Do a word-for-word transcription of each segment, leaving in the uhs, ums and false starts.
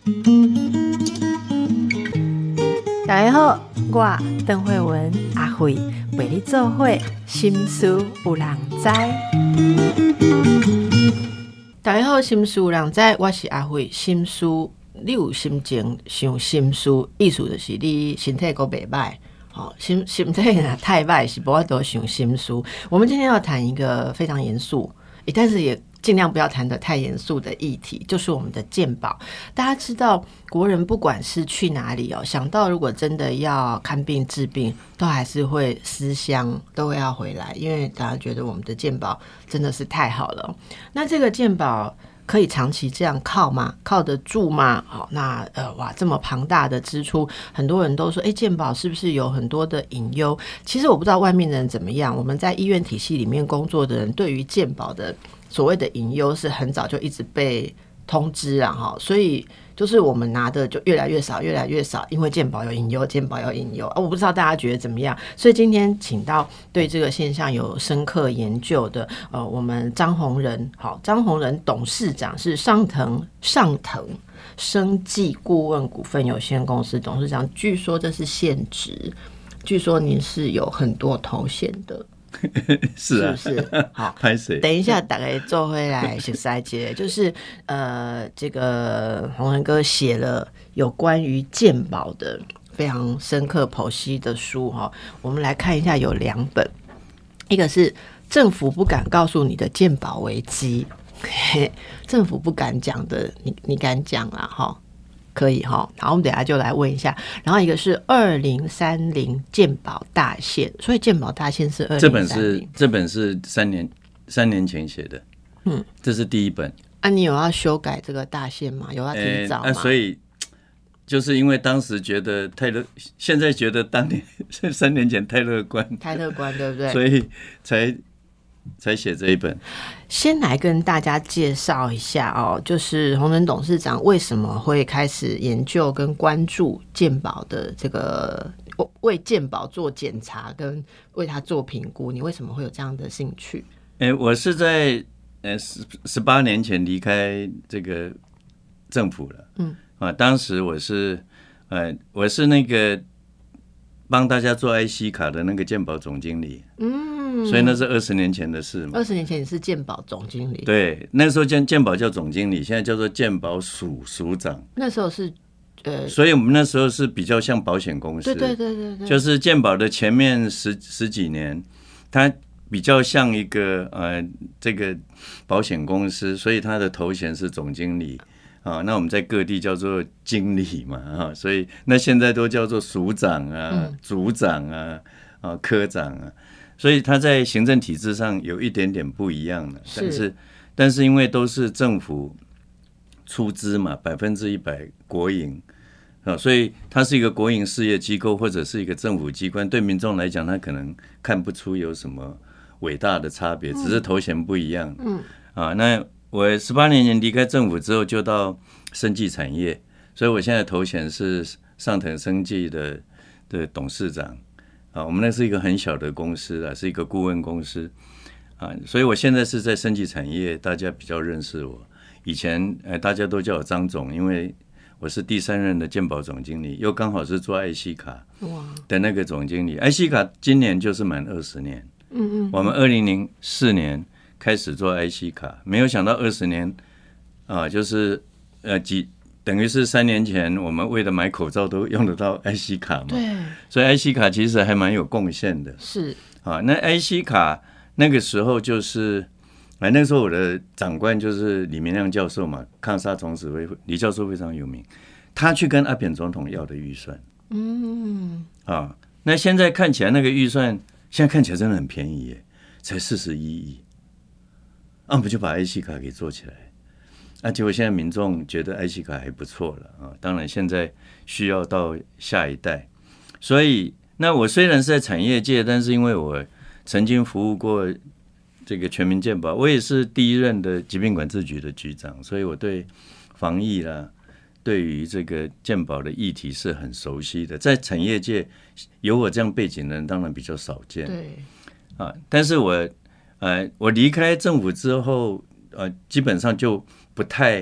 大家好，我邓惠文阿惠陪你做伙心事有人知。大家好，心事有人知，我是阿惠。心事你有心情想心事，意思就是你身体还袂歹。哦、心心态太坏是不要多想心事。我们今天要谈一个非常严肃，但是也尽量不要谈得太严肃的议题，就是我们的健保。大家知道，国人不管是去哪里哦，想到如果真的要看病治病，都还是会思乡，都会要回来，因为大家觉得我们的健保真的是太好了。那这个健保可以长期这样靠吗？靠得住吗？好，那呃，哇，这么庞大的支出，很多人都说，哎，健保是不是有很多的隐忧？其实我不知道外面的人怎么样，我们在医院体系里面工作的人，对于健保的所谓的隐忧是很早就一直被通知啊，哈，所以就是我们拿的就越来越少，越来越少，因为健保有隐忧，健保有隐忧啊，我不知道大家觉得怎么样。所以今天请到对这个现象有深刻研究的，呃，我们张宏仁，好，张宏仁董事长是上腾上腾生技顾问股份有限公司董事长，据说这是现职，据说您是有很多头衔的。 是啊， 是不是？好， 拍谁？ 等一下，大概做回来熟悉节，就是呃，这个宏仁哥写了有关于健保的非常深刻剖析的书哈。我们来看一下，有两本，一个是政府不敢告诉你的健保危机，政府不敢讲的，你你敢讲啦哈。可以哈，好，我们等一下就来问一下。然后一个是二零三零健保大限，所以健保大限是二零三零。 这本是这本是三年三年前写的，嗯，这是第一本。 啊，你有要修改这个大限吗？有要提早吗？ 欸啊、所以就是因为当时觉得太乐，现在觉得当年三年前太乐观， 太乐观，对不对？ 所以才。才写这一本。 先来跟大家介绍一下哦，就是宏仁董事长为什么会开始研究跟关注健保的这个，为健保做检查跟为他做评估，你为什么会有这样的兴趣？ 欸、我是在呃十八年前离开这个政府了，嗯啊，当时我是呃我是那个帮大家做 I C 卡的那个健保总经理，嗯。所以那是二十年前的事嘛。 二十年前你是健保总经理， 对，那时候健健保叫总经理，现在叫做健保署署长。 那时候是，呃， 所以我们那时候是比较像保险公司， 对对对对对， 就是健保的前面十十几年，它比较像一个呃这个保险公司，所以它的头衔是总经理啊。那我们在各地叫做经理嘛啊，所以那现在都叫做署长啊、嗯、组长啊、啊科长啊。所以它在行政体制上有一点点不一样的，但是但是因为都是政府出资嘛，百分之一百国营啊，所以它是一个国营事业机构或者是一个政府机关，对民众来讲，他可能看不出有什么伟大的差别，只是头衔不一样。嗯啊，那我十八年前离开政府之后，就到生技产业，所以我现在头衔是上腾生技的的董事长。啊，我们那是一个很小的公司啊，是一个顾问公司啊，所以我现在是在生技产业，大家比较认识我。以前呃，大家都叫我张总，因为我是第三任的健保总经理，又刚好是做爱惜卡的那个总经理。爱惜卡今年就是满二十年，嗯嗯，我们二零零四年开始做爱惜卡，没有想到二十年啊，就是呃几。等于是三年前我们为了买口罩都用得到 I C 卡嘛， 对， 所以 I C 卡其实还蛮有贡献的。 是啊，那 I C 卡那个时候就是，哎，那时候我的长官就是李明亮教授嘛，抗杀虫指挥李教授非常有名，他去跟阿扁总统要的预算，嗯，啊，那现在看起来那个预算现在看起来真的很便宜耶，才四十一亿，啊，我们就把 I C 卡给做起来。啊，结果现在民众觉得 I C 卡还不错了啊，当然现在需要到下一代，所以那我虽然是在产业界，但是因为我曾经服务过这个全民健保，我也是第一任的疾病管制局的局长，所以我对防疫啦，对于这个健保的议题是很熟悉的。在产业界有我这样背景的人，当然比较少见。 对啊，但是我呃，我离开政府之后，呃，基本上就不太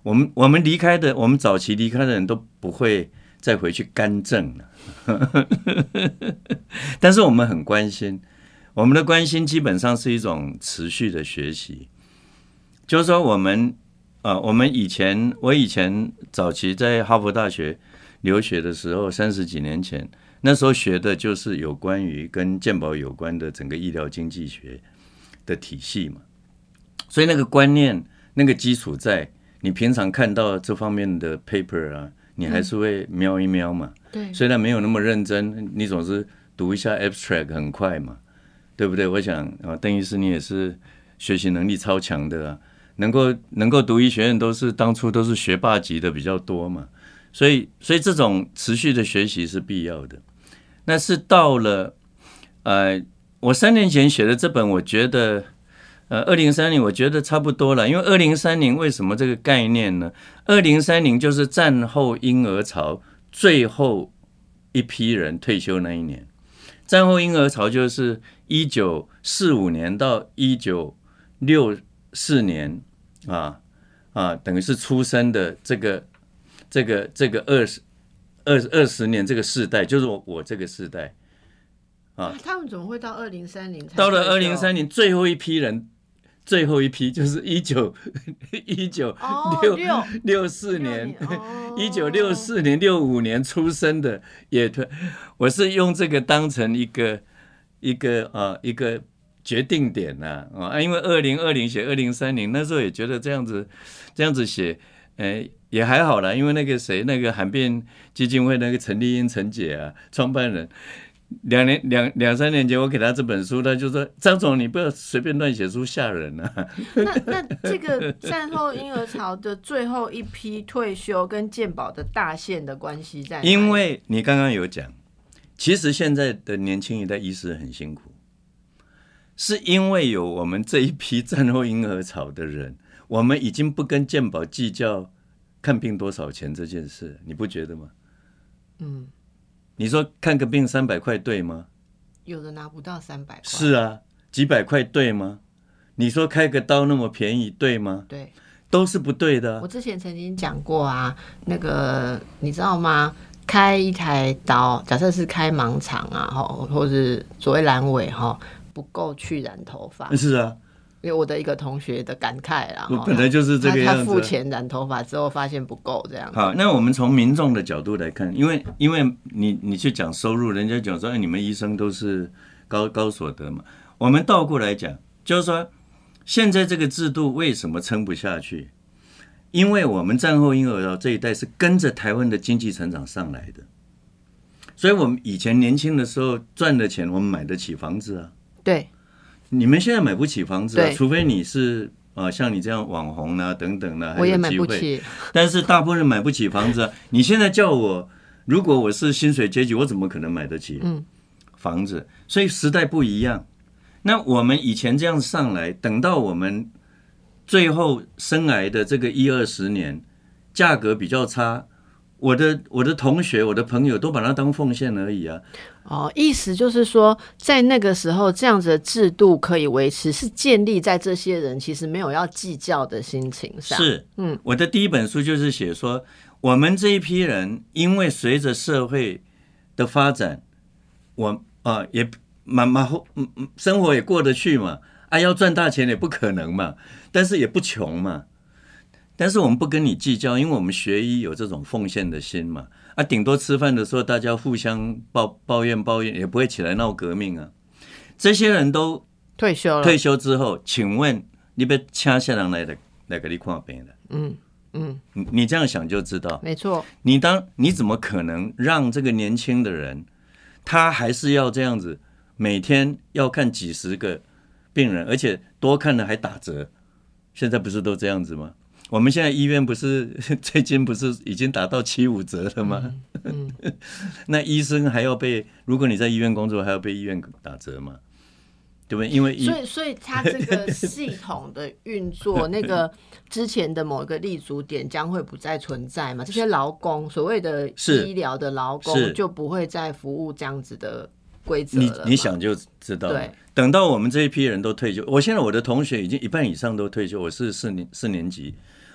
我们我们离开的，我们早期离开的人都不会再回去干政了，但是我们很关心，我们的关心基本上是一种持续的学习，就是说我们啊、呃，我们以前我以前早期在哈佛大学留学的时候，三十几年前，那时候学的就是有关于跟健保有关的整个医疗经济学的体系嘛，所以那个观念、那个基础在，你平常看到这方面的 paper 啊，你还是会瞄一瞄嘛。 对， 虽然没有那么认真，你总是读一下 abstract 很快嘛，对不对？我想啊，邓医师你也是学习能力超强的啊，能够能够读医学院都是当初都是学霸级的比较多嘛，所以所以这种持续的学习是必要的。那是到了呃，我三年前写的这本，我觉得呃，二零三零我觉得差不多了，因为二零三零为什么这个概念呢？二零三零就是战后婴儿潮最后一批人退休那一年。战后婴儿潮就是一九四五年到一九六四年啊啊，等于是出生的这个这个这个二十二二十年这个世代，就是我我这个世代啊。他们怎么会到二零三零？ 到了二零三零，最后一批人。最后一批就是一九一九六六四年，一九六四年六五年出生的也退，我是用这个当成一个一个啊一个决定点呐啊，因为二零二零写二零三零，那时候也觉得这样子这样子写，哎也还好啦，因为那个谁那个罕变基金会那个陈丽英陈姐啊，创办人。两年两两三年前，我给他这本书，他就说：“张总，你不要随便乱写书，吓人啊！” 那那这个战后婴儿潮的最后一批退休跟健保的大线的关系在哪里？ 因为你刚刚有讲，其实现在的年轻一代医师很辛苦，是因为有我们这一批战后婴儿潮的人，我们已经不跟健保计较看病多少钱这件事，你不觉得吗？嗯。你说看个病三百块对吗？ 有的拿不到三百块。 是啊，几百块对吗？你说开个刀那么便宜对吗？ 对， 都是不对的、啊。 我之前曾经讲过啊，那个你知道吗？开一台刀，假设是开盲肠啊，或是所谓阑尾哈，不够去染头发。 是啊。 因为我的一个同学的感慨啦， 我本来就是这个样子、啊他。他付钱染头发之后，发现不够这样子。 好，那我们从民众的角度来看，因为因为你你去讲收入，人家讲说，哎，你们医生都是高高所得嘛。我们倒过来讲，就是说，现在这个制度为什么撑不下去？因为我们战后婴儿这一代是跟着台湾的经济成长上来的，所以我们以前年轻的时候赚的钱，我们买得起房子啊。 对。 你们现在买不起房子啊，除非你是啊、呃、像你这样网红啊等等的、啊， 我也买不起。 但是大部分人买不起房子啊。你现在叫我，如果我是薪水阶级，我怎么可能买得起房子？嗯、所以时代不一样。那我们以前这样上来，等到我们最后生涯的这个一二十年，价格比较差。我的我的同学、我的朋友都把它当奉献而已啊。 哦，意思就是说，在那个时候，这样子的制度可以维持，是建立在这些人其实没有要计较的心情上。 是，嗯，我的第一本书就是写说，我们这一批人，因为随着社会的发展，我啊也蛮蛮生活也过得去嘛，啊要赚大钱也不可能嘛，但是也不穷嘛。但是我们不跟你计较，因为我们学医有这种奉献的心嘛。啊，顶多吃饭的时候大家互相抱抱怨抱怨，也不会起来闹革命啊。这些人都退休了， 退休之后，请问你被请下人来的来给你看病的？嗯嗯，你这样想就知道， 没错。 你当你怎么可能让这个年轻的人，他还是要这样子，每天要看几十个病人，而且多看了还打折？现在不是都这样子吗？我们现在医院不是最近不是已经打到七五折了吗？嗯嗯、那医生还要被，如果你在医院工作，还要被医院打折吗？对不对？因为所以所以他这个系统的运作，那个之前的某一个立足点将会不再存在嘛？这些劳工，所谓的医疗的劳工，就不会再服务这样子的规则了。你你想就知道了。对，等到我们这一批人都退休，我现在我的同学已经一半以上都退休，我是四年四年级。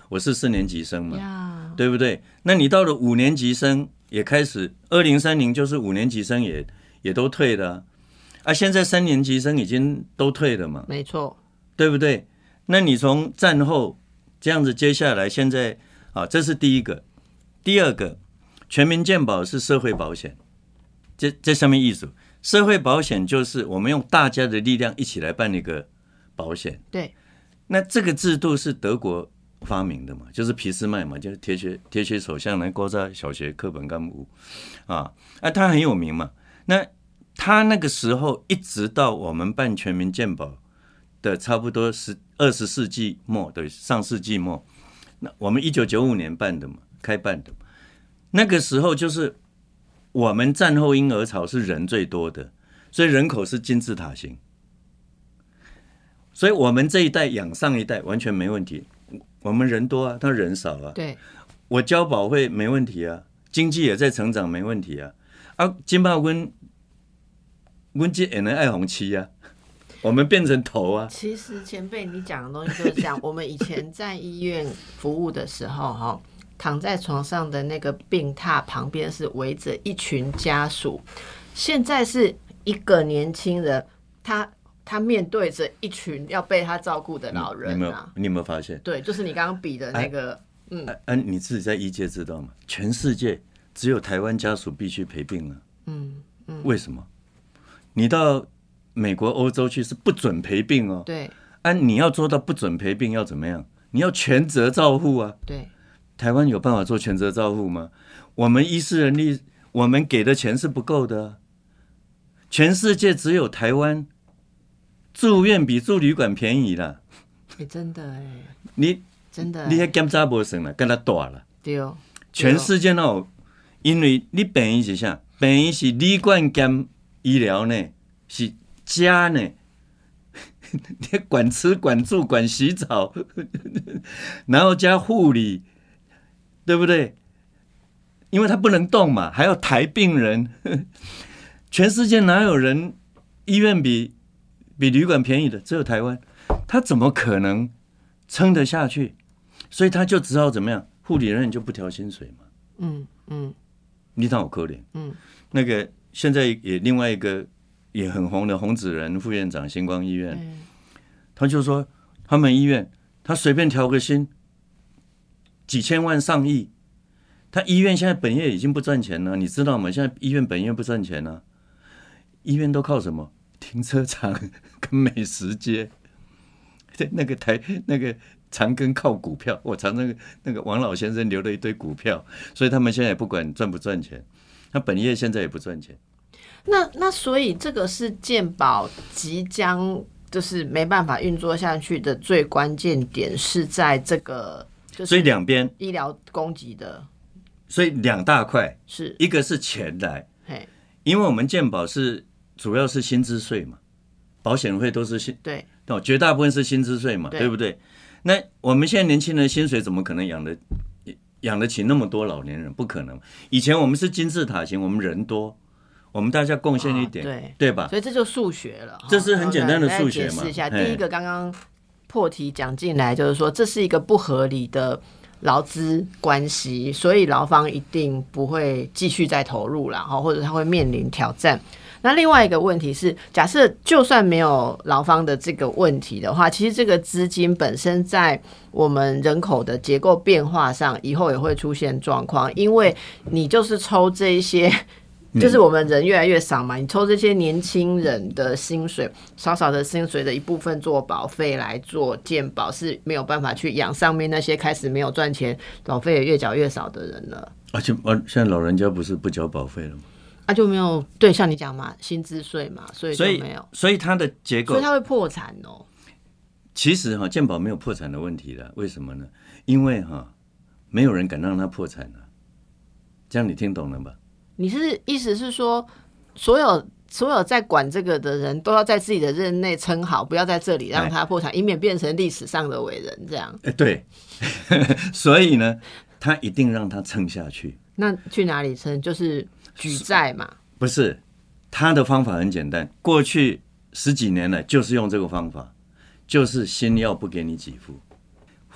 我是四年级生嘛， yeah. 对不对？那你到了五年级生也开始，二零三零就是五年级生也也都退了啊，啊，现在三年级生已经都退了嘛， 没错， 对不对？那你从战后这样子，接下来现在啊，这是第一个，第二个，全民健保是社会保险，这这上面意思，社会保险就是我们用大家的力量一起来办一个保险， 对。 那这个制度是德国发明的嘛，就是俾斯麦嘛，就是铁血铁血首相来勾在小学课本干部啊，啊，他很有名嘛。那他那个时候一直到我们办全民健保的差不多十二十世纪末，对，上世纪末，那我们一九九五年办的嘛，开办的嘛，那个时候就是我们战后婴儿潮是人最多的，所以人口是金字塔型。所以我们这一代养上一代完全没问题，我们人多啊，他人少啊。 对， 我交保费没问题啊，经济也在成长没问题啊。啊，今把温温这也能爱红旗啊，我们变成头啊。 其实前辈你讲的东西就是这样，我们以前在医院服务的时候，哈，躺在床上的那个病榻旁边是围着一群家属，现在是一个年轻人，他。他面对着一群要被他照顾的老人、啊、 你, 你, 有你有没有发现？ 对，就是你刚刚比的那个，嗯、 啊啊，你自己在医界知道吗？全世界只有台湾家属必须陪病了、 嗯嗯， 为什么？你到美国、欧洲去是不准陪病哦。 对， 啊，你要做到不准陪病要怎么样？你要全责照护啊。 对， 台湾有办法做全责照护吗？我们医师人力，我们给的钱是不够的、啊，全世界只有台湾。住院比住旅馆便宜啦！ 欸、真的哎、欸， 你真的、欸， 你那检查不算了，跟他大了。 对哦， 全世界那有，因为你病院是啥？病院是旅馆兼医疗呢，是家呢，你管吃管住管洗澡，然后加护理，对不对？因为他不能动嘛，还要抬病人。全世界哪有人医院比？比旅馆便宜的只有台湾，他怎么可能撑得下去？所以他就只好怎么样？护理人员就不调薪水嘛。 嗯嗯， 你当我可怜。 嗯， 那个现在也另外一个也很红的洪子仁副院长，星光医院， 嗯、 他就说他们医院他随便调个薪，几千万上亿。他医院现在本业已经不赚钱了，你知道吗？现在医院本业不赚钱了，医院都靠什么？停车场跟美食街，那个台那个长庚靠股票，我常那个那个王老先生留了一堆股票，所以他们现在也不管赚不赚钱，他本业现在也不赚钱。 那那所以这个是健保即将就是没办法运作下去的最关键点是在这个，就是所以两边医疗供给的， 所以两大块， 是一个是钱来， 嘿， 因为我们健保是。主要是薪资税嘛，保险费都是薪， 对， 绝大部分是薪资税嘛， 对, 对不对？那我们现在年轻人薪水怎么可能养得养得起那么多老年人？不可能。以前我们是金字塔型，我们人多，我们大家贡献一点、哦对，对吧？ 所以这就数学了， 这是很简单的数学嘛。 解释一下，第一个刚刚破题讲进来，就是说这是一个不合理的劳资关系，所以劳方一定不会继续再投入了，或者他会面临挑战。那另外一个问题是，假设就算没有劳方的这个问题的话，其实这个资金本身在我们人口的结构变化上，以后也会出现状况，因为你就是抽这一些，就是我们人越来越少嘛，你抽这些年轻人的薪水，少少的薪水的一部分做保费来做健保，是没有办法去养上面那些开始没有赚钱、保费也越缴越少的人了。 而且现在老人家不是不缴保费了吗？ 啊，就没有对，像你讲嘛，薪资税嘛，所以就没有， 所以所以它的结构， 所以它会破产哦。 其实哈，健保没有破产的问题了，为什么呢？因为哈，没有人敢让它破产了。这样你听懂了吧？ 你是意思是说，所有所有在管这个的人都要在自己的任内撑好，不要在这里让它破产，以免变成历史上的伟人这样。 哎，对，所以呢，他一定让它撑下去。 那去哪里撑？就是举债嘛？ 不是，他的方法很简单，过去十几年来就是用这个方法，就是新药不给你给付，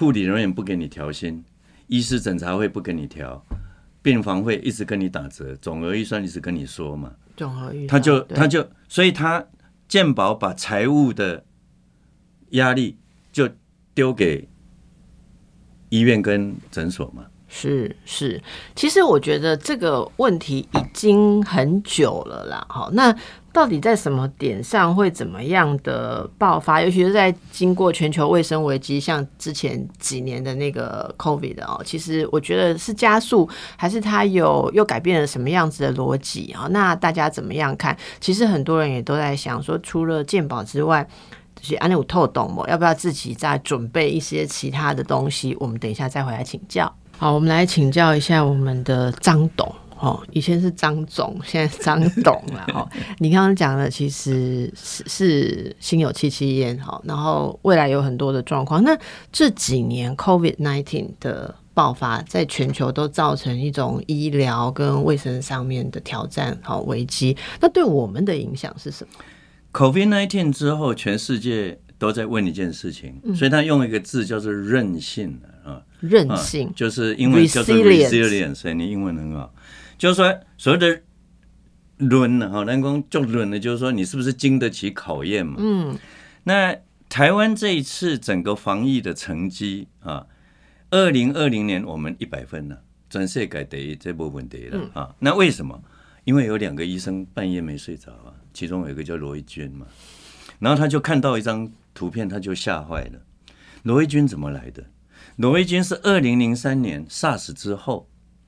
护理人员不给你调薪，医师诊查会不给你调，病房会一直跟你打折，总额预算一直跟你说嘛， 总额预算， 他就他就，所以他健保把财务的压力就丢给医院跟诊所嘛。 是是，其实我觉得这个问题已经很久了啦。好，那到底在什么点上会怎么样的爆发？尤其是在经过全球卫生危机，像之前几年的那个 COVID 哦，其实我觉得是加速，还是它有又改变了什么样子的逻辑啊？那大家怎么样看？其实很多人也都在想说，除了健保之外，就是安利有透懂吗？要不要自己再准备一些其他的东西？我们等一下再回来请教。好，我们来请教一下我们的张董哦，以前是张总，现在是张董了哦。你刚刚讲的其实是是心有戚戚焉哈，然后未来有很多的状况。那这几年 COVID 十九 的爆发，在全球都造成一种医疗跟卫生上面的挑战好危机。那对我们的影响是什么 ？COVID 十九 之后，全世界都在问一件事情，嗯、所以他用一个字叫做韧性啊。 韧性、啊、 就是英文叫做 resilience， 你英文很好。就是说，所谓的韧哈，咱讲就韧的，就是说你是不是经得起考验嘛？嗯。那台湾这一次整个防疫的成绩啊，二零二零年我们一百分了、啊，全世界第一，这没问题了、嗯、啊。那为什么？因为有两个医生半夜没睡着啊，其中有一个叫罗一军嘛，然后他就看到一张图片，他就吓坏了。罗一军怎么来的？罗一军是二零零三年 SARS 之后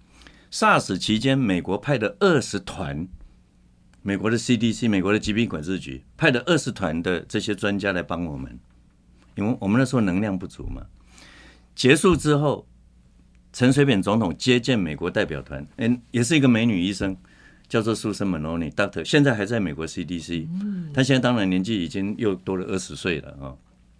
，SARS 期间，美国派的二十团，美国的 C D C， 美国的疾病管制局派的二十团的这些专家来帮我们，因为我们那时候能量不足嘛。结束之后，陈水扁总统接见美国代表团，嗯，也是一个美女医生，叫做 Susan Maloney Doctor， 现在还在美国 C D C， 她现在当然年纪已经又多了二十岁了啊。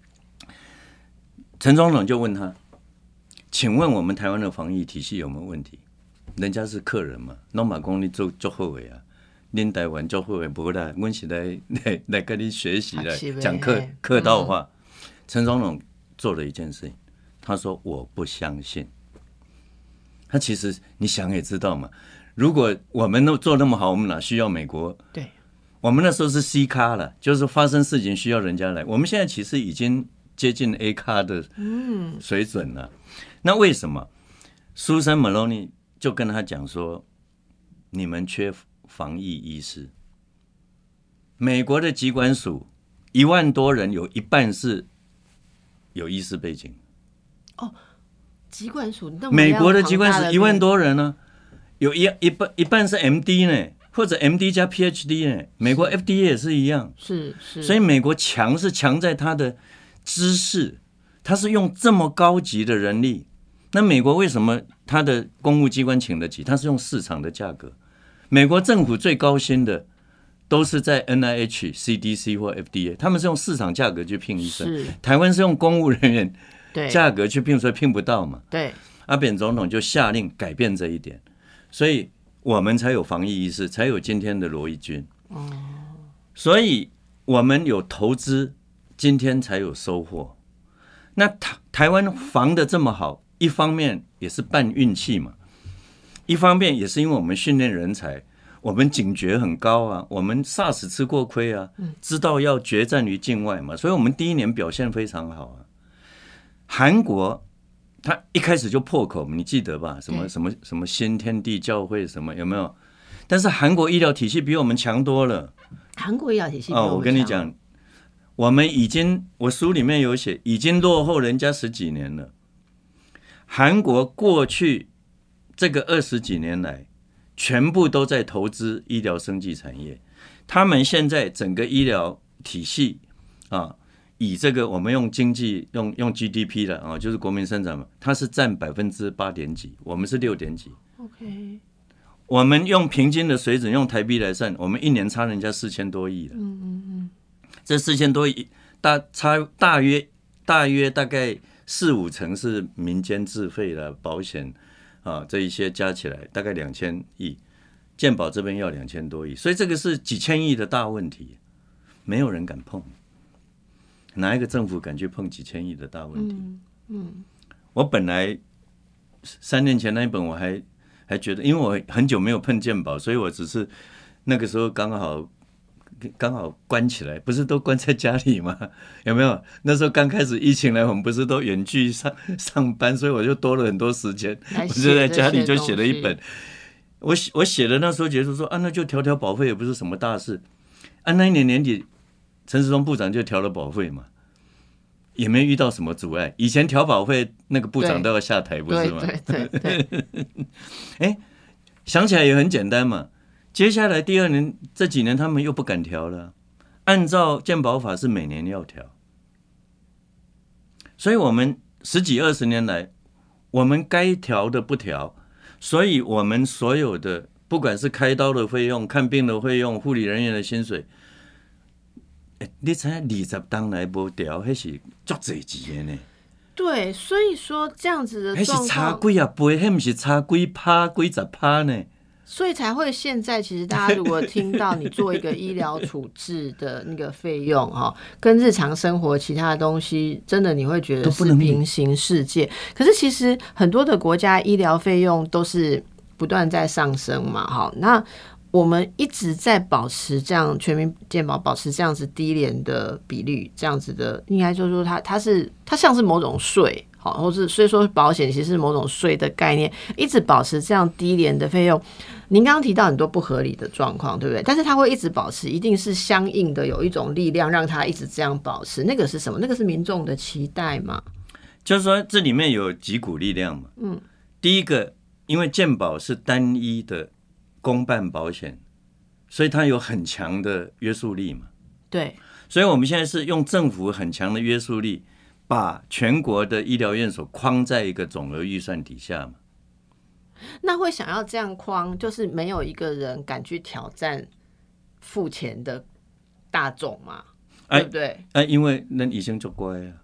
陈总统就问他。请问我们台湾的防疫体系有没有问题？人家是客人嘛，拢嘛讲你做做好的啊，恁台湾做好的不啦，我是来来来跟你学习来讲客客套话。陈、嗯、总统做了一件事情，他说我不相信。他其实你想也知道嘛，如果我们都做那么好，我们哪需要美国？对，我们那时候是 C 咖了，就是发生事情需要人家来。我们现在其实已经接近 A 咖的水准了。嗯，那为什么 Susan Maloney 就跟他讲说，你们缺防疫医师？美国的疾管署一万多人，有一半是有医师背景。 哦，疾管署那么美国的疾管署一万多人呢、啊，有一一半一半是 M D 呢，或者 M D 加 P H D 呢。美国 F D A 也是一样， 是是。 所以美国强是强在它的知识，它是用这么高级的人力。那美国为什么他的公务机关请得起？他是用市场的价格。美国政府最高薪的都是在 N I H、C D C 或 F D A， 他们是用市场价格去聘医生。台湾是用公务人员价格去聘，所以聘不到嘛。对，阿扁总统就下令改变这一点，所以我们才有防疫医师，才有今天的罗一军。哦，所以我们有投资，今天才有收获。那台台湾防得这么好，一方面也是半运气嘛，一方面也是因为我们训练人才，我们警觉很高啊，我们 SARS 吃过亏啊，知道要决战于境外嘛，所以我们第一年表现非常好啊。韩国他一开始就破口，你记得吧？什么什么什么新天地教会什么有没有？但是韩国医疗体系比我们强多了。 韩国医疗体系比我们强、 哦、我跟你讲。我们已经，我书里面有写，已经落后人家十几年了。韩国过去这个二十几年来，全部都在投资医疗生技产业。他们现在整个医疗体系啊，以这个我们用经济用用 G D P 的啊，就是国民生产嘛，它是占百分之八点几，我们是六点几。OK， 我们用平均的水准，用台币来算，我们一年差人家四千多亿了。嗯嗯嗯。这四千多亿，大差大约大约大概四五成是民间自费的保险啊，这一些加起来大概两千亿，健保这边要两千多亿，所以这个是几千亿的大问题，没有人敢碰，哪一个政府敢去碰几千亿的大问题？嗯，嗯我本来三年前那一本我还还觉得，因为我很久没有碰健保，所以我只是那个时候刚好刚好关起来，不是都关在家里吗？有没有？那时候刚开始疫情来，我们不是都远距上上班，所以我就多了很多时间，我就在家里就写了一本。我我写的那时候觉得说啊，那就调调保费也不是什么大事。啊，那一年年底，陈时中部长就调了保费嘛，也没遇到什么阻碍。以前调保费那个部长都要下台，不是吗？ 对对对对。 哎，想起来也很简单嘛。接下来第二年这几年他们又不敢调了，按照健保法是每年要调，所以我们十几二十年来，我们该调的不调，所以我们所有的不管是开刀的费用、看病的费用、护理人员的薪水，欸、你猜二十档来不调，那是很多钱的呢。 对，所以说这样子的状况， 那是差几啊倍，那不是差几趴、几十趴呢。 所以才会现在，其实大家如果听到你做一个医疗处置的那个费用哈，跟日常生活其他的东西，真的你会觉得是平行世界。可是其实很多的国家医疗费用都是不断在上升嘛，哈，那我们一直在保持这样全民健保保持这样子低廉的比率，这样子的，应该就是说它它是它像是某种税。好，或是所以说保险其实是某种税的概念，一直保持这样低廉的费用。您刚刚提到很多不合理的状况，对不对？但是它会一直保持，一定是相应的有一种力量让它一直这样保持。那个是什么？那个是民众的期待吗？ 就是说这里面有几股力量嘛。嗯，第一个，因为健保是单一的公办保险，所以它有很强的约束力嘛。 对， 所以我们现在是用政府很强的约束力，把全国的医疗院所框在一个总额预算底下嘛。 那会想要这样框，就是没有一个人敢去挑战付钱的大众嘛，哎、对不对？ 哎、啊，因为咱医生足乖啊，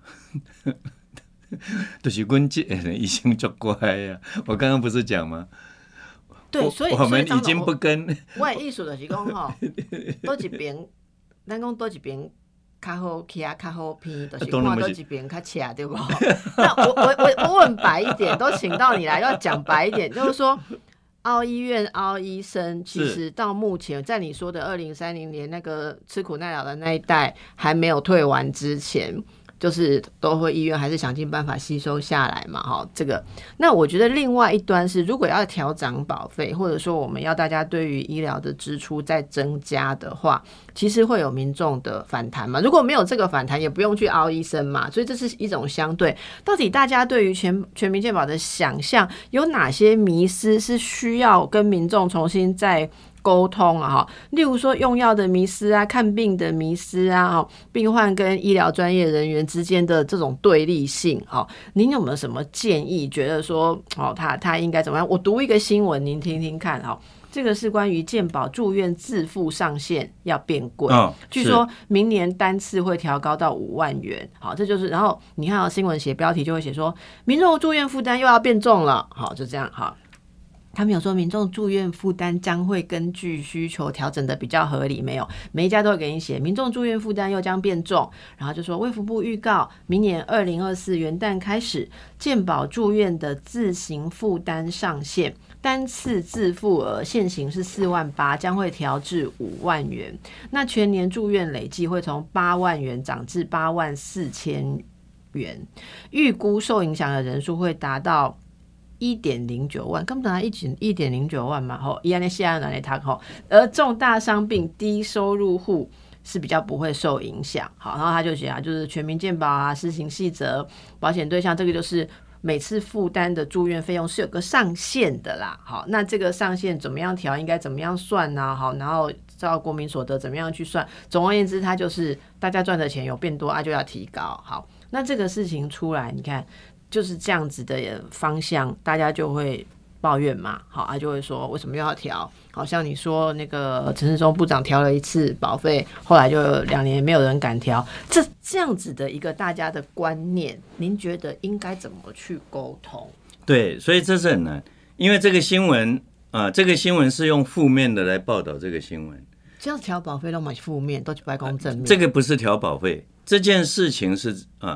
就是阮这人医生足乖啊。我刚刚不是讲吗？ 对，所以我们已经不跟我的意思就是讲吼，多一边，咱讲多一边。较好起啊，较好偏，就是看到一边较恰，对不？那我我我我问白一点，都请到你来，要讲白一点，就是说，凹医院、凹医生，其实到目前，在你说的二零三零年那个吃苦耐劳的那一代还没有退完之前。就是都会医院还是想尽办法吸收下来嘛，哈，这个。那我觉得另外一端是，如果要调涨保费，或者说我们要大家对于医疗的支出再增加的话，其实会有民众的反弹嘛。如果没有这个反弹，也不用去凹医生嘛。所以这是一种相对。到底大家对于全全民健保的想象有哪些迷思是需要跟民众重新再沟通啊，例如说用药的迷思啊，看病的迷思啊，病患跟医疗专业人员之间的这种对立性，您有没有什么建议？觉得说他他应该怎么样？我读一个新闻，您听听看。这个是关于健保住院自付上限要变贵，哦、据说明年单次会调高到五万元。好，这就是然后你看新闻写标题就会写说，民众住院负担又要变重了。好，就这样好。他们有说民众住院负担将会根据需求调整的比较合理，没有每一家都会给你写民众住院负担又将变重，然后就说卫福部预告明年二零二四元旦开始健保住院的自行负担上限单次自付额现行是四万八，将会调至五万元，那全年住院累计会从八万元涨至八万四千元，预估受影响的人数会达到一点零九万，根本一起一点零九万嘛，吼，一样的西安人来谈吼，而重大伤病低收入户是比较不会受影响。好，然后他就写啊，就是全民健保啊，施行细则，保险对象这个就是每次负担的住院费用是有个上限的啦。好，那这个上限怎么样调，应该怎么样算呢、啊？好，然后照国民所得怎么样去算？总而言之，它就是大家赚的钱有变多啊，就要提高。好，那这个事情出来，你看。就是这样子的方向，大家就会抱怨嘛，好，他就会说为什么又要调？好像你说那个陈时中部长调了一次保费，后来就两年没有人敢调，这这样子的一个大家的观念，您觉得应该怎么去沟通？ 对，所以这是很难，因为这个新闻啊，这个新闻是用负面的来报道这个新闻， 这样调保费都蛮负面，都去白宫正面、啊。 这个不是调保费，这件事情是啊。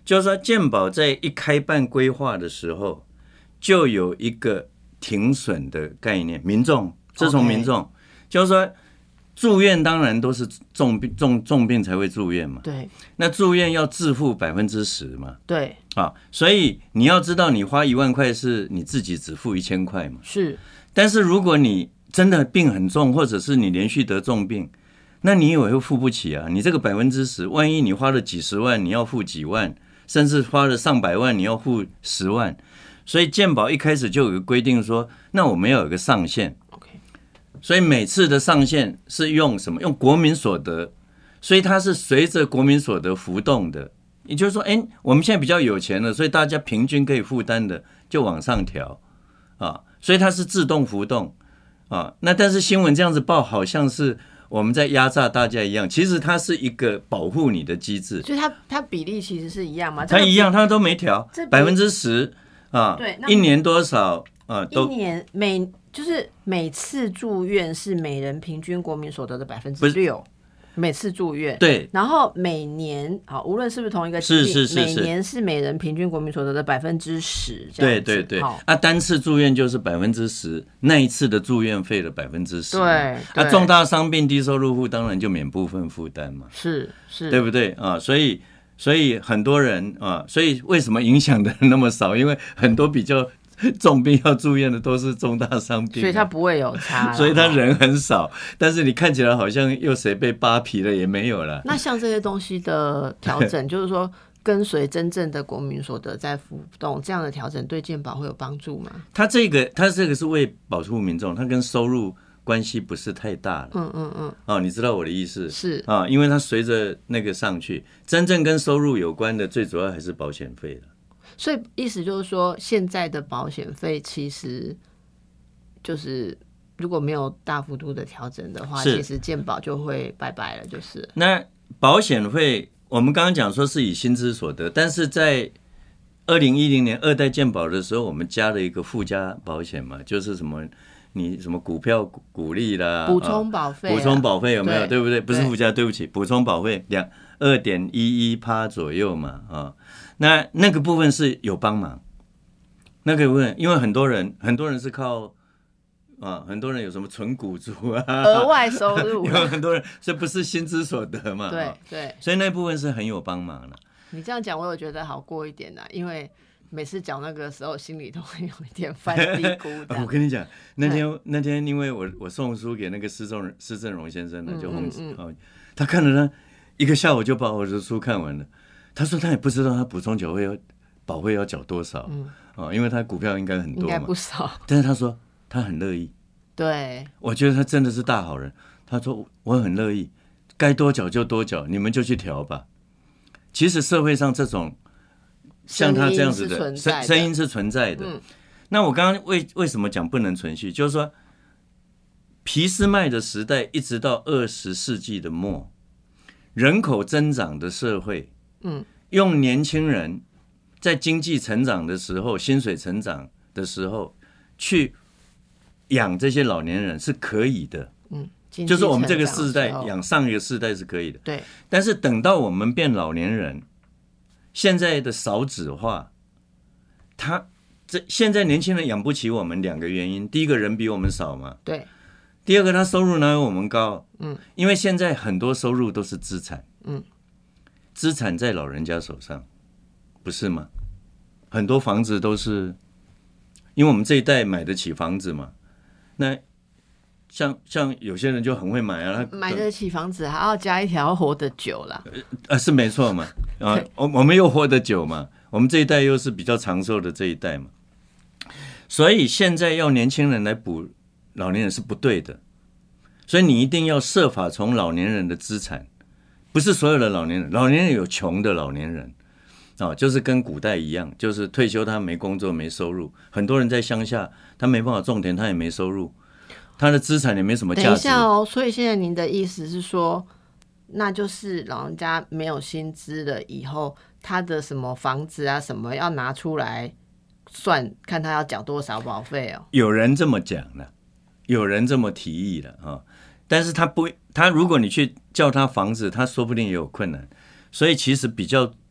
就是说健保在一开办规划的时候，就有一个停损的概念，民众这从民众、okay. 就是说住院当然都是重病重重病才会住院嘛， 对， 那住院要自付百分之十嘛， 对， 啊，所以你要知道，你花一万块是你自己只付一千块嘛， 是， 但是如果你真的病很重，或者是你连续得重病，那你也会付不起啊，你这个百分之十，万一你花了几十万，你要付几万，甚至花了上百万，你要付十万，所以健保一开始就有个规定说，那我们要有个上限。所以每次的上限是用什么？用国民所得，所以它是随着国民所得浮动的。也就是说，哎，我们现在比较有钱了，所以大家平均可以负担的就往上调啊，所以它是自动浮动啊。那但是新闻这样子报，好像是我们在压榨大家一样，其实它是一个保护你的机制。 所以它它比例其实是一样嘛？ 它一样，它都没调，百分之十啊， 对， 一年多少啊？ 一年每。就是每次住院是每人平均国民所得的百分之六，每次住院对， 然后每年好，无论是不是同一个疾病，是是是是每年是每人平均国民所得的百分之十，对对对，啊，单次住院就是百分之十，那一次的住院费的百分之十， 对， 啊，重大伤病低收入户当然就免部分负担嘛， 是是， 对不对啊？所以所以很多人啊，所以为什么影响的人那么少？因为很多比较重病要住院的都是重大伤病， 所以他不会有差， 所以他人很少，但是你看起来好像又谁被扒皮了也没有了。 那像这些东西的调整，就是说跟随真正的国民所得在浮动，这样的调整对健保会有帮助吗？ 他这个他这个是为保护民众，他跟收入关系不是太大了。 嗯嗯嗯。 哦，你知道我的意思是啊，因为它随着那个上去，真正跟收入有关的，最主要还是保险费了。 所以意思就是说，现在的保险费其实就是如果没有大幅度的调整的话，其实健保就会拜拜了，就是。 那保险费，我们刚刚讲说是以薪资所得，但是在二零一零年二代健保的时候，我们加了一个附加保险嘛，就是什么你什么股票股利啦， 补充保费、啊， 补充保费有没有？ 对, 对不对？不是附加，对不起，补充保费两二点一一趴左右嘛，啊。那那个部分是有帮忙，那个部分，因为很多人很多人是靠啊，很多人有什么存股族啊， 额外收入， 有很多人这不是薪资所得嘛， 对对， 所以那部分是很有帮忙的。 你这样讲，我有觉得好过一点啦，因为每次讲那个时候，心里都会有一点犯低估的。 我跟你讲，那天那天因为我我送书给那个施正施正荣先生呢，就洪子、嗯嗯、他看了他一个下午就把我的书看完了。他说他也不知道他补充缴费要保费要缴多少、嗯哦、因为他股票应该很多嘛， 应该不少。 但是他说他很乐意， 对， 我觉得他真的是大好人。他说我很乐意，该多缴就多缴，你们就去调吧。其实社会上这种像他这样子的声音是存在的。嗯、那我刚刚为为什么讲不能存续？就是说皮斯麦的时代一直到二十世纪的末，人口增长的社会。嗯，用年轻人在经济成长的时候，薪水成长的时候去养这些老年人是可以的。嗯，就是我们这个世代养上一个世代是可以的。 对， 但是等到我们变老年人，现在的少子化，他这现在年轻人养不起我们，两个原因：第一个人比我们少嘛， 对； 第二个他收入哪有我们高？嗯，因为现在很多收入都是资产。嗯。资产在老人家手上，不是吗？很多房子都是，因为我们这一代买得起房子嘛。那像像有些人就很会买啊，他买得起房子还要加一条活得久啦。 啊，是没错嘛。啊，我我们又活得久嘛，我们这一代又是比较长寿的这一代嘛。所以现在要年轻人来补老年人是不对的，所以你一定要设法从老年人的资产。不是所有的老年人，老年人有穷的老年人、哦、就是跟古代一样，就是退休他没工作没收入，很多人在乡下他没办法种田，他也没收入，他的资产也没什么价值。 等一下哦，所以现在您的意思是说，那就是老人家没有薪资了以后，他的什么房子啊什么要拿出来算，看他要缴多少保费哦。 有人这么讲了，有人这么提议了、哦、但是他不，他如果你去叫他房子，他说不定也有困难，所以其实比较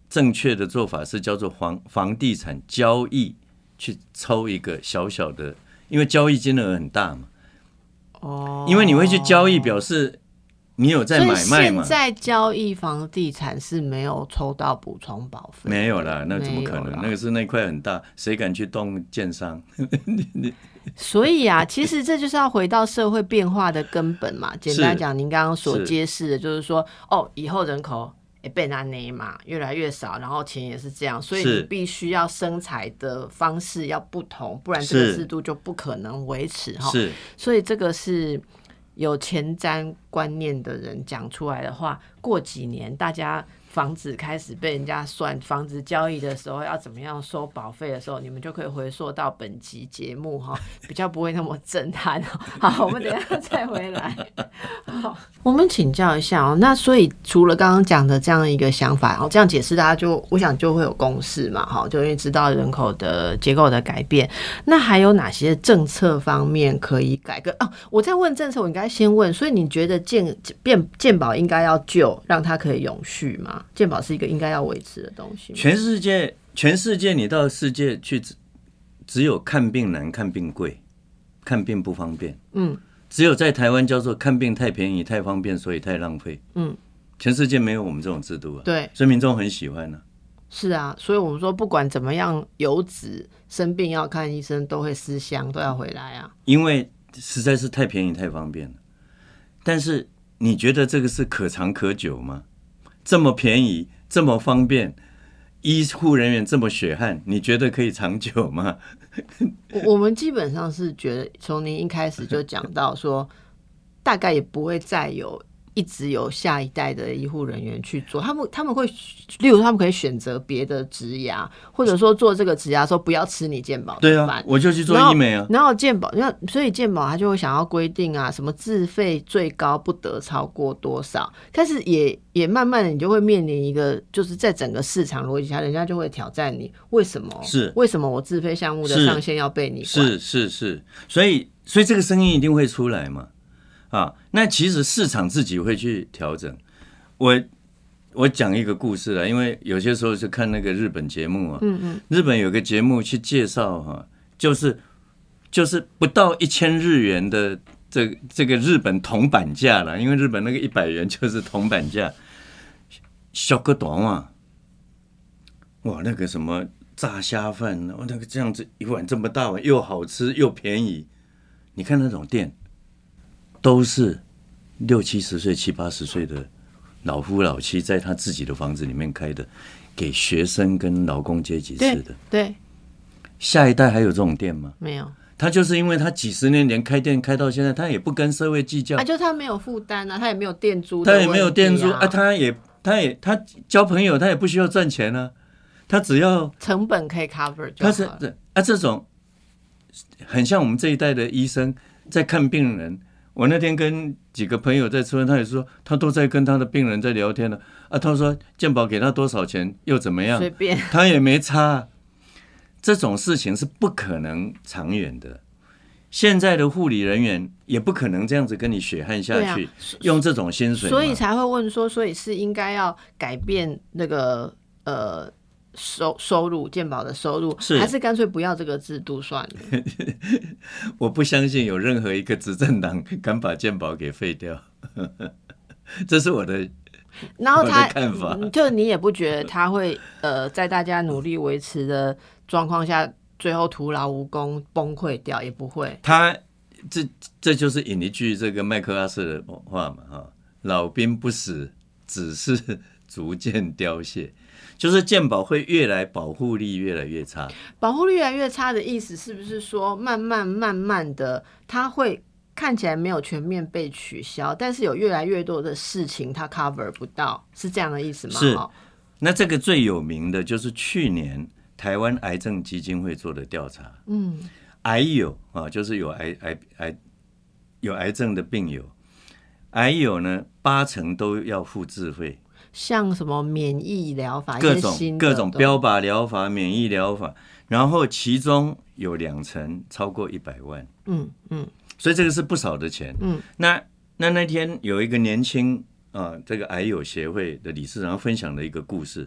正确的做法是叫做房房地产交易去抽一个小小的，因为交易金额很大嘛。哦，因为你会去交易，表示你有在买卖嘛。 现在交易房地产是没有抽到补充保费， 没有啦，那怎么可能？那个是那块很大，谁敢去动建商？ 所以啊，其实这就是要回到社会变化的根本嘛。简单讲，您刚刚所揭示的，就是说，哦，以后人口也变难内嘛，越来越少，然后钱也是这样，所以你必须要生财的方式要不同，不然这个制度就不可能维持哈。是，所以这个是有前瞻观念的人讲出来的话，过几年大家房子开始被人家算房子交易的时候要怎么样收保费的时候，你们就可以回溯到本集节目哈，比较不会那么震撼。好，我们等一下再回来。好，我们请教一下哦，那所以除了刚刚讲的这样一个想法，这样解释大家就我想就会有共识嘛，哈，就因为知道人口的结构的改变，那还有哪些政策方面可以改革啊？我在问政策，我应该先问，所以你觉得健健健保应该要救，让它可以永续吗？健保是一个应该要维持的东西。 全世界，全世界，你到世界去，只有看病难、看病贵、看病不方便。嗯，只有在台湾叫做看病太便宜、太方便，所以太浪费。嗯，全世界没有我们这种制度啊。 对， 所以民众很喜欢啊。 是啊，所以我们说不管怎么样，游子生病要看医生都会思乡，都要回来啊。 因为实在是太便宜、太方便了。但是你觉得这个是可长可久吗？这么便宜，这么方便，医护人员这么血汗，你觉得可以长久吗？ 我们基本上是觉得，从您一开始就讲到说，大概也不会再有一直有下一代的医护人员去做，他们他们会，例如他们可以选择别的职涯，或者说做这个职涯说不要吃你健保的饭， 对啊，我就去做医美啊。 然后健保，所以健保他就会想要规定啊，什么自费最高不得超过多少，但是也也慢慢的你就会面临一个，就是在整个市场逻辑下，人家就会挑战你，为什么是为什么我自费项目的上限要被你管？ 是是是，所以所以这个声音一定会出来嘛。啊，那其实市场自己会去调整。我我讲一个故事啦，因为有些时候是看那个日本节目啊，嗯嗯，日本有个节目去介绍哈、啊，就是就是不到一千日元的这这个日本铜板价啦，因为日本那个一百元就是铜板价，小个短啊，哇，那个什么炸虾饭，那个这样子一碗这么大碗，又好吃又便宜，你看那种店。都是六七十岁、七八十岁的老夫老妻，在他自己的房子里面开的，给学生跟劳工阶级吃的。 对，对， 下一代还有这种店吗？ 没有。 他就是因为他几十年连开店开到现在，他也不跟社会计较。 啊，就他没有负担啊，他也没有店租、啊， 他也没有店租啊，他也他也他交朋友，他也不需要赚钱啊，他只要成本可以 cover 就好了。他是啊，这种很像我们这一代的医生在看病人。我那天跟几个朋友在吃饭，他也说他都在跟他的病人在聊天了啊。他说健保给他多少钱又怎么样？ 随便， 他也没差。这种事情是不可能长远的。现在的护理人员也不可能这样子跟你血汗下去，啊、用这种薪水， 所以才会问说，所以是应该要改变那个呃。收收入健保的收入，还是干脆不要这个制度算了？ 我不相信有任何一个执政党敢把健保给废掉，这是我的。 然后他看法， 就你也不觉得他会呃，在大家努力维持的状况下，最后徒劳无功崩溃掉，也不会。 他这这就是引一句这个麦克阿瑟的话嘛，哈，老兵不死，只是逐渐凋谢。就是健保会越来保护力越来越差， 保护力越来越差的意思是不是说慢慢慢慢的它会看起来没有全面被取消，但是有越来越多的事情它 cover 不到，是这样的意思吗？ 是。那这个最有名的就是去年台湾癌症基金会做的调查，嗯，癌友啊，就是有癌癌癌有癌症的病友，癌友呢八成都要付自费。 像什么免疫疗法， 各种各种标靶疗法、免疫疗法，然后其中有两成超过一百万，嗯嗯，所以这个是不少的钱，嗯。那那那天有一个年轻啊，这个癌友协会的理事长分享了一个故事，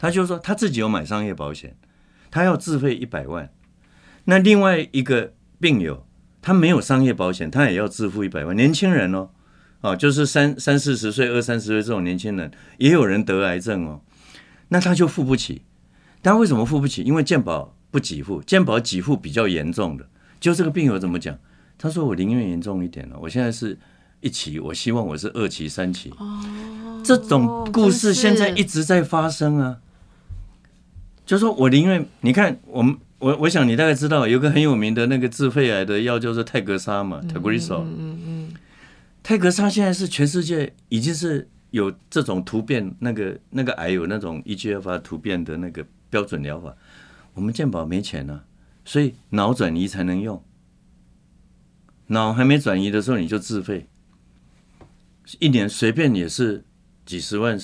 他就说他自己有买商业保险，他要自费一百万。那另外一个病友，他没有商业保险，他也要自付一百万。年轻人哦，哦，就是三三四十岁、二三十岁这种年轻人，也有人得癌症哦，那他就付不起。他为什么付不起？因为健保不给付，健保给付比较严重的。就这个病友怎么讲？他说我宁愿严重一点了，我现在是一期，我希望我是二期、三期。哦，这种故事现在一直在发生啊。就说我宁愿，你看我们，我我想你大概知道，有个很有名的那个治肺癌的药就是泰格沙嘛 ，Tagrisso。嗯嗯。泰格沙现在是全世界已经是有这种突变，那个那个癌有那种 E G F R 突变的那个标准疗法，我们健保没钱啊，所以脑转移才能用。脑还没转移的时候你就自费，一年随便也是几十万。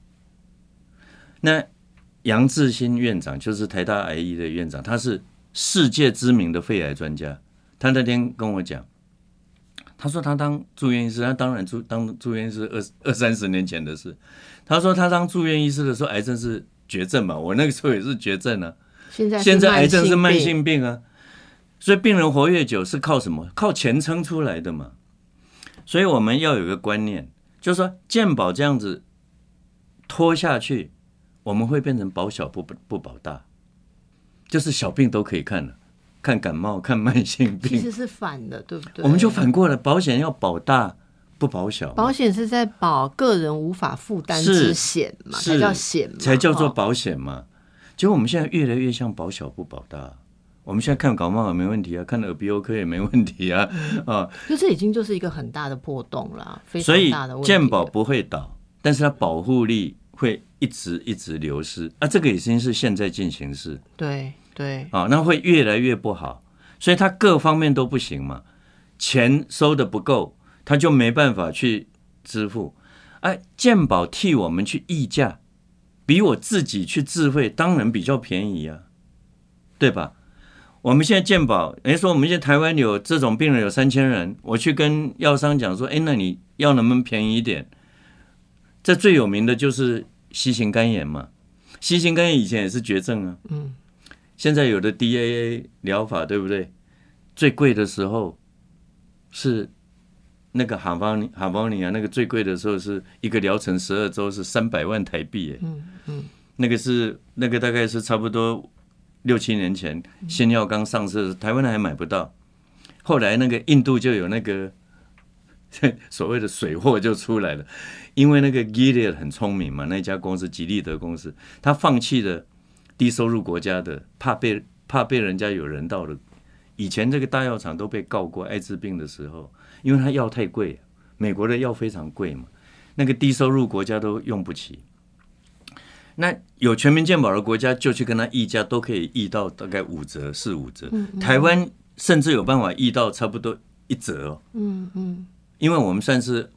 那杨志新院长就是台大癌医的院长，他是世界知名的肺癌专家。他那天跟我讲，他说他当住院医师，他当然住当住院医师二二三十年前的事。他说他当住院医师的时候，癌症是绝症嘛，我那个时候也是绝症啊。 现在现在癌症是慢性病啊，所以病人活越久是靠什么？靠钱撑出来的嘛。所以我们要有个观念，就是说健保这样子拖下去，我们会变成保小不不保大，就是小病都可以看了，看感冒、看慢性病， 其实是反的，对不对？ 我们就反过来，保险要保大不保小。 保险是在保个人无法负担之险嘛，才叫险嘛， 才叫做保险嘛。结果我们现在越来越像保小不保大。我们现在看感冒也没问题啊，看耳鼻喉科也没问题啊，啊， 就这已经就是一个很大的破洞了，非常大的问题。 所以健保不会倒，但是它保护力会一直一直流失啊，这个已经是现在进行式。 对对， 啊，那会越来越不好，所以它各方面都不行嘛，钱收的不够，它就没办法去支付。哎、啊，健保替我们去议价，比我自己去自费当然比较便宜啊，对吧？我们现在健保，哎，说我们现在台湾有这种病人有三千人，我去跟药商讲说，哎，那你药能不能便宜一点？这最有名的就是 C 型肝炎嘛 ，C 型肝炎以前也是绝症啊，嗯，现在有的 D A A 疗法，对不对？最贵的时候是那个哈邦尼哈邦尼啊，那个最贵的时候是一个疗程十二周是三百万台币，嗯嗯，那个是那个大概是差不多。六七年前新药刚上市，台湾人还买不到。后来那个印度就有那个所谓的水货就出来了，因为那个 Gilead 很聪明嘛，那家公司吉利德公司，他放弃了低收入国家的，怕被怕被人家有人道的。以前这个大药厂都被告过艾滋病的时候，因为它药太贵，美国的药非常贵嘛，那个低收入国家都用不起。那有全民健保的国家就去跟他议价，都可以议到大概五折、四五折。嗯嗯，台湾甚至有办法议到差不多一折哦。嗯嗯，因为我们算是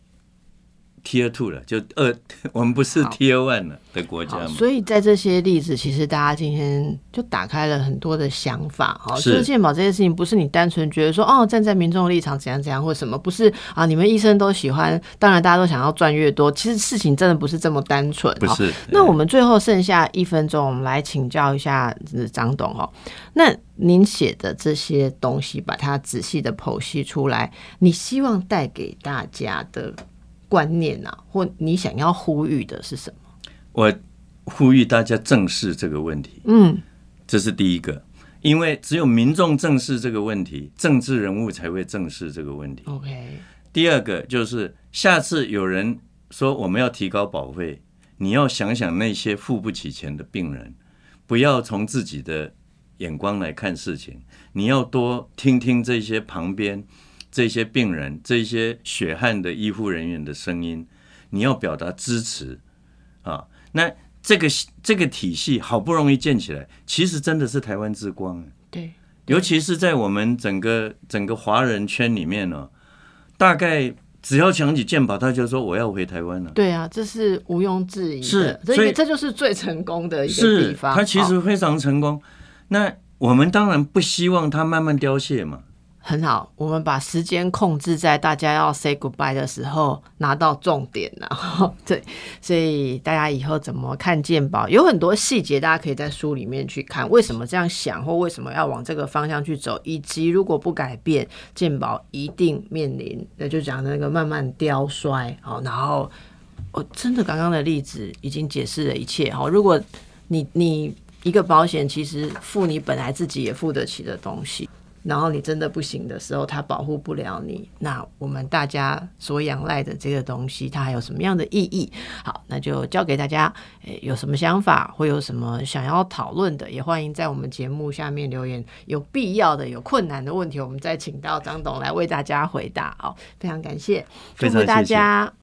Tier Two 了，就二，我们不是 Tier One 了的国家嘛。 所以在这些例子，其实大家今天就打开了很多的想法哈。就是健保这件事情，不是你单纯觉得说哦，站在民众的立场怎样怎样或什么，不是啊。你们医生都喜欢，当然大家都想要赚越多，其实事情真的不是这么单纯。 不是。 那我们最后剩下一分钟，我们来请教一下张董哈。那您写的这些东西，把它仔细的剖析出来，你希望带给大家的观念啊，或你想要呼吁的是什么？ 我呼吁大家正视这个问题，嗯，这是第一个，因为只有民众正视这个问题，政治人物才会正视这个问题。 OK。 第二个就是下次有人说我们要提高保费，你要想想那些付不起钱的病人，不要从自己的眼光来看事情，你要多听听这些旁边这些病人、这些血汗的医护人员的声音，你要表达支持啊。那这个这个体系好不容易建起来，其实真的是台湾之光。 对， 尤其是在我们整个整个华人圈里面呢，大概只要讲起健保，他就说我要回台湾了。 对啊，这是毋庸置疑的， 是， 所以这就是最成功的一个地方。 是，他其实非常成功。那我们当然不希望他慢慢凋谢嘛。 很好，我们把时间控制在大家要 say goodbye 的时候拿到重点了。对，所以大家以后怎么看健保，有很多细节大家可以在书里面去看，为什么这样想，或为什么要往这个方向去走，以及如果不改变，健保一定面临，那就讲那个慢慢凋衰。然后我真的刚刚的例子已经解释了一切。如果你你一个保险其实付你本来自己也付得起的东西，然后你真的不行的时候，它保护不了你，那我们大家所仰赖的这个东西，它还有什么样的意义？好，那就交给大家，有什么想法或有什么想要讨论的，也欢迎在我们节目下面留言。有必要的、有困难的问题，我们再请到张董来为大家回答。好，非常感谢，祝福大家。